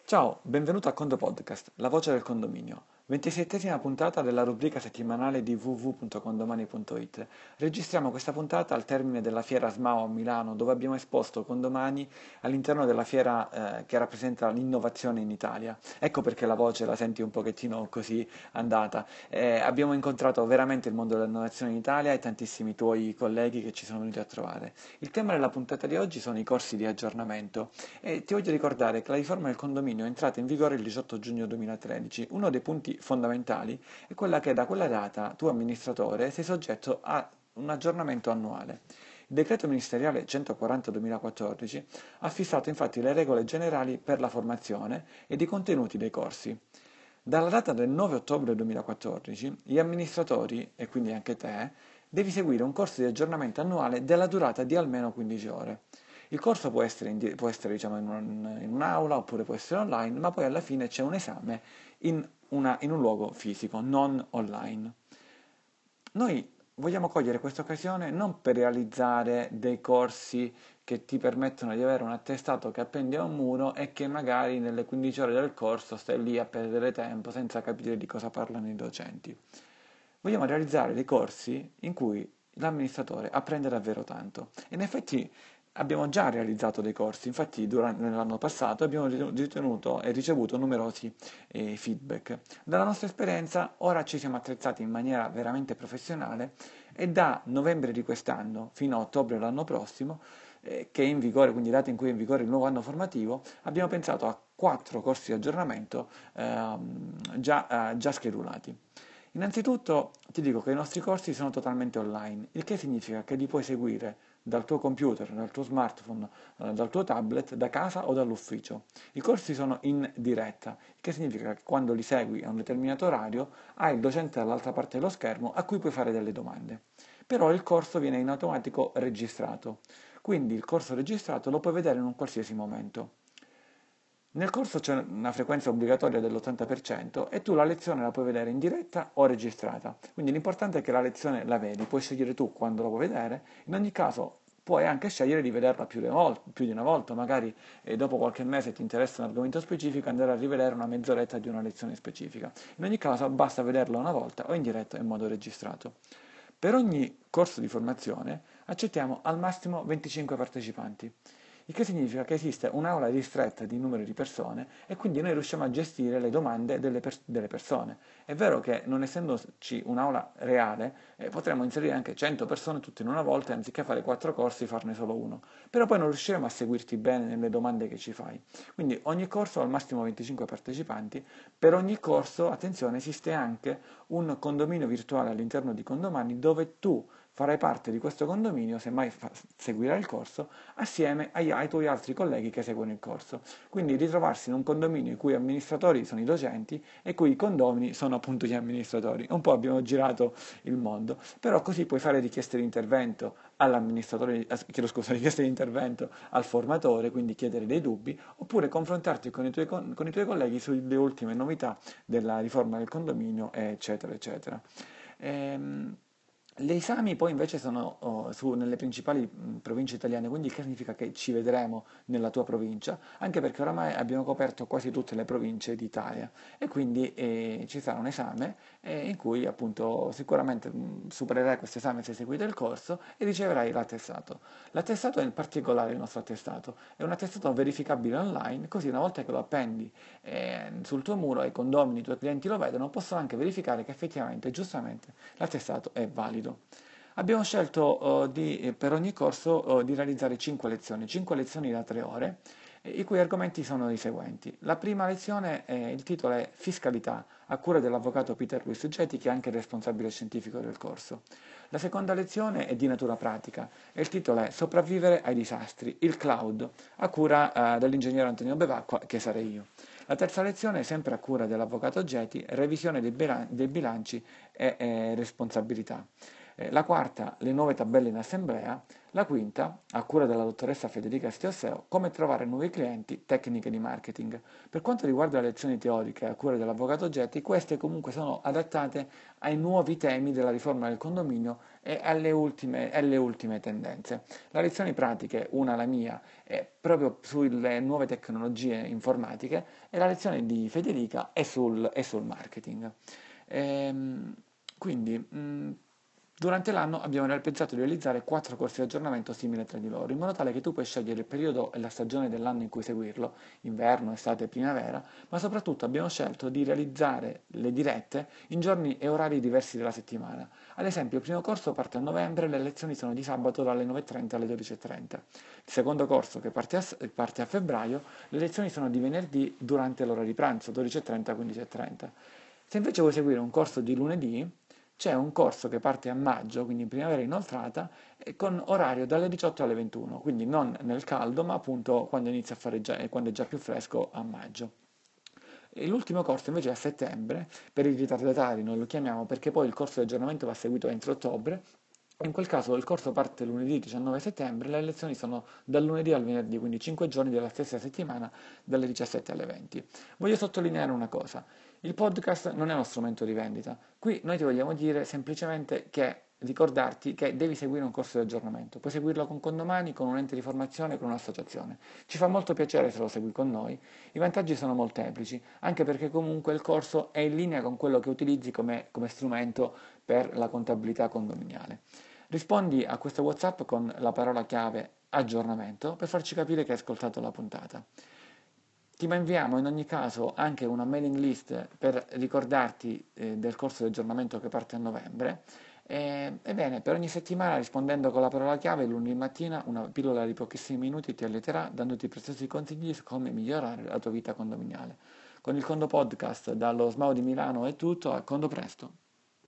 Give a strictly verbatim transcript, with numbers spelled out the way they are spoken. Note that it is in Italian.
Ciao, benvenuto a Condo Podcast, la voce del condominio, ventisettesima puntata della rubrica settimanale di w w w punto condomani punto i t. Registriamo questa puntata al termine della fiera SMAO a Milano, dove abbiamo esposto condomani all'interno della fiera eh, che rappresenta l'innovazione in Italia. Ecco perché la voce la senti un pochettino così andata. Eh, abbiamo incontrato veramente il mondo dell'innovazione in Italia e tantissimi tuoi colleghi che ci sono venuti a trovare. Il tema della puntata di oggi sono i corsi di aggiornamento. E ti voglio ricordare che la riforma del condominio è entrata in vigore il diciotto giugno duemilatredici. Uno dei punti fondamentali è quella che da quella data tu amministratore sei soggetto a un aggiornamento annuale. Il decreto ministeriale centoquaranta duemilaquattordici ha fissato infatti le regole generali per la formazione ed i contenuti dei corsi. Dalla data del nove ottobre duemilaquattordici, gli amministratori, e quindi anche te, devi seguire un corso di aggiornamento annuale della durata di almeno quindici ore. Il corso può essere, in, di- può essere diciamo, in, un- in un'aula oppure può essere online, ma poi alla fine c'è un esame in, una- in un luogo fisico, non online. Noi vogliamo cogliere questa occasione non per realizzare dei corsi che ti permettono di avere un attestato che appendi a un muro e che magari nelle quindici ore del corso stai lì a perdere tempo senza capire di cosa parlano i docenti. Vogliamo realizzare dei corsi in cui l'amministratore apprende davvero tanto. E in effetti abbiamo già realizzato dei corsi, infatti durante l'anno passato abbiamo ritenuto e ricevuto numerosi eh, feedback. Dalla nostra esperienza ora ci siamo attrezzati in maniera veramente professionale e da novembre di quest'anno fino a ottobre dell'anno prossimo, eh, che è in vigore, quindi data in cui è in vigore il nuovo anno formativo, abbiamo pensato a quattro corsi di aggiornamento ehm, già, eh, già schedulati. Innanzitutto ti dico che i nostri corsi sono totalmente online, il che significa che li puoi seguire dal tuo computer, dal tuo smartphone, eh, dal tuo tablet, da casa o dall'ufficio. I corsi sono in diretta, il che significa che quando li segui a un determinato orario hai il docente dall'altra parte dello schermo a cui puoi fare delle domande. Però il corso viene in automatico registrato, quindi il corso registrato lo puoi vedere in un qualsiasi momento. Nel corso c'è una frequenza obbligatoria dell'ottanta per cento e tu la lezione la puoi vedere in diretta o registrata. Quindi l'importante è che la lezione la vedi, puoi scegliere tu quando la vuoi vedere. In ogni caso puoi anche scegliere di vederla più di una volta, più di una volta. Magari eh, dopo qualche mese ti interessa un argomento specifico e andare a rivedere una mezz'oretta di una lezione specifica. In ogni caso basta vederla una volta o in diretta o in modo registrato. Per ogni corso di formazione accettiamo al massimo venticinque partecipanti, il che significa che esiste un'aula ristretta di numero di persone e quindi noi riusciamo a gestire le domande delle, pers- delle persone. È vero che non essendoci un'aula reale, eh, potremmo inserire anche cento persone tutte in una volta e anziché fare quattro corsi farne solo uno, però poi non riusciremo a seguirti bene nelle domande che ci fai. Quindi ogni corso ha al massimo venticinque partecipanti, per ogni corso, attenzione, esiste anche un condominio virtuale all'interno di Condomani dove tu farai parte di questo condominio, se mai fa- seguirai il corso, assieme agli- ai tuoi altri colleghi che seguono il corso. Quindi ritrovarsi in un condominio i cui amministratori sono i docenti e i cui condomini sono appunto gli amministratori. Un po' abbiamo girato il mondo, però così puoi fare richieste di intervento all'amministratore, eh, chiedo scusa, richieste di intervento al formatore, quindi chiedere dei dubbi, oppure confrontarti con i tuoi, con, con i tuoi colleghi sulle ultime novità della riforma del condominio, eccetera, eccetera. Ehm, gli esami poi invece sono oh, su- nelle principali mh, province italiane, quindi che significa che ci vedremo nella tua provincia, anche perché oramai abbiamo coperto quasi tutte le province d'Italia e quindi eh, ci sarà un esame eh, in cui appunto sicuramente mh, supererai questo esame se hai seguito il corso e riceverai l'attestato. L'attestato è in particolare il nostro attestato, è un attestato verificabile online, così una volta che lo appendi eh, sul tuo muro e i condomini, i tuoi clienti lo vedono, possono anche verificare che effettivamente, giustamente, l'attestato è valido. Abbiamo scelto eh, di, eh, per ogni corso eh, di realizzare cinque lezioni, cinque lezioni da tre ore, eh, i cui argomenti sono i seguenti. La prima lezione, eh, il titolo è Fiscalità, a cura dell'avvocato Peter Luis Getti, che è anche il responsabile scientifico del corso. La seconda lezione è di natura pratica e il titolo è Sopravvivere ai disastri, il cloud, a cura eh, dell'ingegnere Antonio Bevacqua, che sarei io. La terza lezione è sempre a cura dell'avvocato Getti, revisione dei, bilan- dei bilanci e, e responsabilità. Eh, la quarta, le nuove tabelle in assemblea. La quinta, a cura della dottoressa Federica Stioseo, come trovare nuovi clienti, tecniche di marketing. Per quanto riguarda le lezioni teoriche a cura dell'avvocato Getti, queste comunque sono adattate ai nuovi temi della riforma del condominio e alle ultime, alle ultime tendenze. Le lezioni pratiche, una la mia, è proprio sulle nuove tecnologie informatiche e la lezione di Federica è sul, è sul marketing. Ehm, quindi, mh, durante l'anno abbiamo pensato di realizzare quattro corsi di aggiornamento simili tra di loro, in modo tale che tu puoi scegliere il periodo e la stagione dell'anno in cui seguirlo, inverno, estate, primavera, ma soprattutto abbiamo scelto di realizzare le dirette in giorni e orari diversi della settimana. Ad esempio, il primo corso parte a novembre, le lezioni sono di sabato dalle nove e trenta alle dodici e trenta. Il secondo corso, che parte a, parte a febbraio, le lezioni sono di venerdì durante l'ora di pranzo, dodici e trenta a quindici e trenta. Se invece vuoi seguire un corso di lunedì, c'è un corso che parte a maggio, quindi in primavera inoltrata, e con orario dalle diciotto alle ventuno, quindi non nel caldo, ma appunto quando inizia a fare già, quando è già più fresco a maggio. E l'ultimo corso invece è a settembre, per i ritardatari noi lo chiamiamo perché poi il corso di aggiornamento va seguito entro ottobre. In quel caso il corso parte lunedì diciannove settembre, le lezioni sono dal lunedì al venerdì, quindi cinque giorni della stessa settimana, dalle diciassette alle venti. Voglio sottolineare una cosa, il podcast non è uno strumento di vendita, qui noi ti vogliamo dire semplicemente che ricordarti che devi seguire un corso di aggiornamento, puoi seguirlo con Condomani, con un ente di formazione, con un'associazione. Ci fa molto piacere se lo segui con noi, i vantaggi sono molteplici, anche perché comunque il corso è in linea con quello che utilizzi come, come strumento per la contabilità condominiale. Rispondi a questo WhatsApp con la parola chiave aggiornamento per farci capire che hai ascoltato la puntata. Ti inviamo in ogni caso anche una mailing list per ricordarti eh, del corso di aggiornamento che parte a novembre. E, ebbene, per ogni settimana rispondendo con la parola chiave, lunedì mattina una pillola di pochissimi minuti ti allieterà dandoti preziosi consigli su come migliorare la tua vita condominiale. Con il Condo Podcast dallo S M A U di Milano è tutto, a Condo presto!